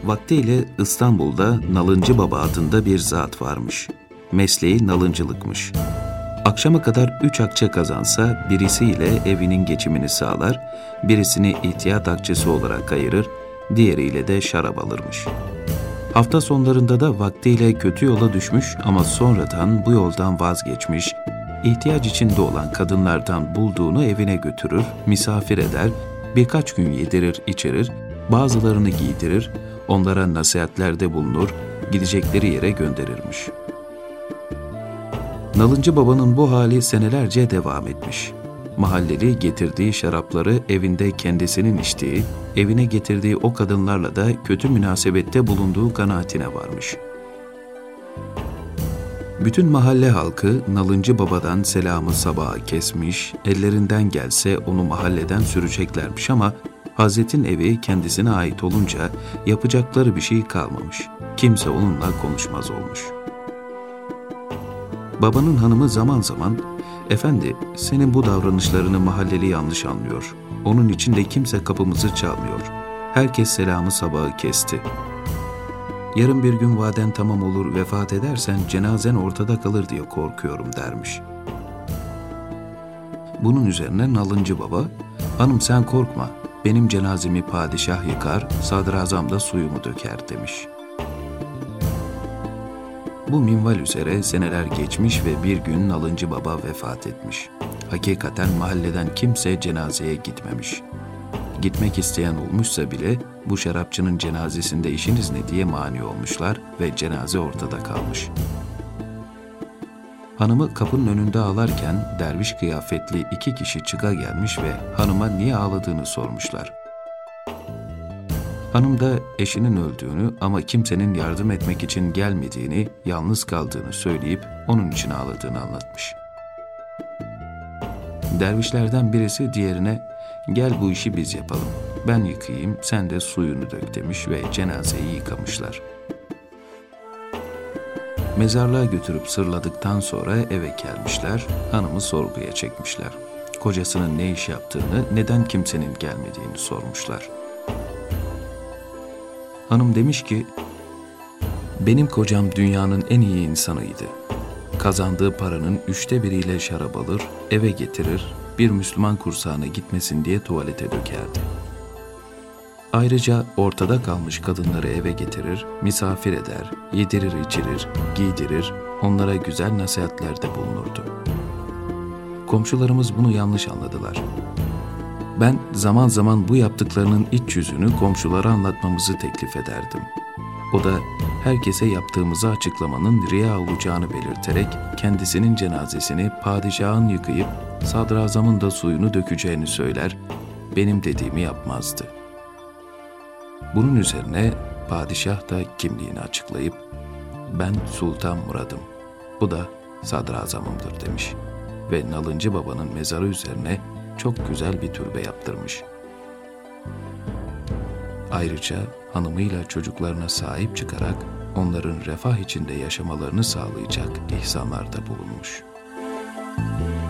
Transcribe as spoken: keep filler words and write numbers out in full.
Vaktiyle İstanbul'da Nalıncı Baba adında bir zat varmış. Mesleği nalıncılıkmış. Akşama kadar üç akçe kazansa birisiyle evinin geçimini sağlar, birisini ihtiyat akçesi olarak ayırır, diğeriyle de şarap alırmış. Hafta sonlarında da vaktiyle kötü yola düşmüş ama sonradan bu yoldan vazgeçmiş, ihtiyaç içinde olan kadınlardan bulduğunu evine götürür, misafir eder, birkaç gün yedirir, içirir, bazılarını giydirir, onlara nasihatlerde bulunur, gidecekleri yere gönderirmiş. Nalıncı Baba'nın bu hali senelerce devam etmiş. Mahalleli getirdiği şarapları evinde kendisinin içtiği, evine getirdiği o kadınlarla da kötü münasebette bulunduğu kanaatine varmış. Bütün mahalle halkı Nalıncı Baba'dan selamı sabaha kesmiş, ellerinden gelse onu mahalleden süreceklermiş ama Hazret'in evi kendisine ait olunca yapacakları bir şey kalmamış. Kimse onunla konuşmaz olmuş. Babanın hanımı zaman zaman, "Efendi, senin bu davranışlarını mahalleli yanlış anlıyor. Onun için de kimse kapımızı çalmıyor. Herkes selamı sabahı kesti. Yarın bir gün vaden tamam olur, vefat edersen cenazen ortada kalır diye korkuyorum," dermiş. Bunun üzerine Nalıncı Baba, "Hanım sen korkma, benim cenazemi padişah yıkar, sadrazam da suyumu döker," demiş. Bu minval üzere seneler geçmiş ve bir gün Nalıncı Baba vefat etmiş. Hakikaten mahalleden kimse cenazeye gitmemiş. Gitmek isteyen olmuşsa bile bu şarapçının cenazesinde işiniz ne diye mani olmuşlar ve cenaze ortada kalmış. Hanımı kapının önünde ağlarken derviş kıyafetli iki kişi çıka gelmiş ve hanıma niye ağladığını sormuşlar. Hanım da eşinin öldüğünü ama kimsenin yardım etmek için gelmediğini, yalnız kaldığını söyleyip onun için ağladığını anlatmış. Dervişlerden birisi diğerine, "Gel bu işi biz yapalım, ben yıkayayım, sen de suyunu dök," demiş ve cenazeyi yıkamışlar. Mezarlığa götürüp sırladıktan sonra eve gelmişler, hanımı sorguya çekmişler. Kocasının ne iş yaptığını, neden kimsenin gelmediğini sormuşlar. Hanım demiş ki, "Benim kocam dünyanın en iyi insanıydı. Kazandığı paranın üçte biriyle şarap alır, eve getirir, bir Müslüman kursağına gitmesin diye tuvalete dökerdi. Ayrıca ortada kalmış kadınları eve getirir, misafir eder, yedirir içirir, giydirir, onlara güzel nasihatlerde bulunurdu. Komşularımız bunu yanlış anladılar. Ben zaman zaman bu yaptıklarının iç yüzünü komşulara anlatmamızı teklif ederdim. O da herkese yaptığımızı açıklamanın riya olacağını belirterek kendisinin cenazesini padişahın yıkayıp sadrazamın da suyunu dökeceğini söyler, benim dediğimi yapmazdı. Bunun üzerine padişah da kimliğini açıklayıp ben Sultan Murad'ım, bu da sadrazamımdır," demiş ve Nalıncı Baba'nın mezarı üzerine çok güzel bir türbe yaptırmış. Ayrıca hanımıyla çocuklarına sahip çıkarak onların refah içinde yaşamalarını sağlayacak ihsanlarda bulunmuş.